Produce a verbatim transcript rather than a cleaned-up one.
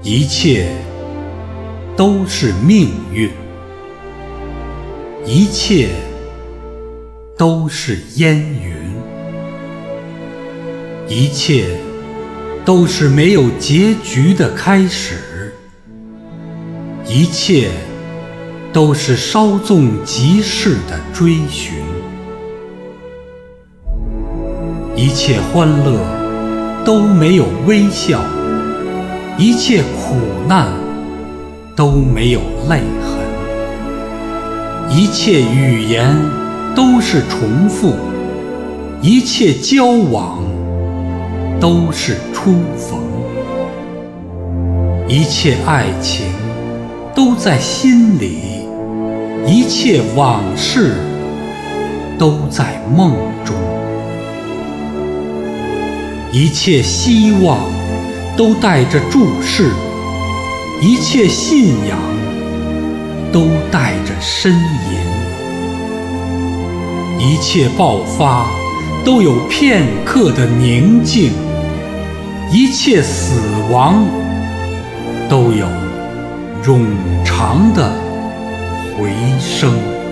一切都是命运，一切都是烟云，一切都是没有结局的开始，一切都是稍纵即逝的追寻，一切欢乐都没有微笑，一切苦难都没有泪痕，一切语言都是重复，一切交往都是初逢，一切爱情都在心里，一切往事都在梦中，一切希望都带着注视，一切信仰都带着呻吟，一切爆发都有片刻的宁静，一切死亡都有冗长的回声。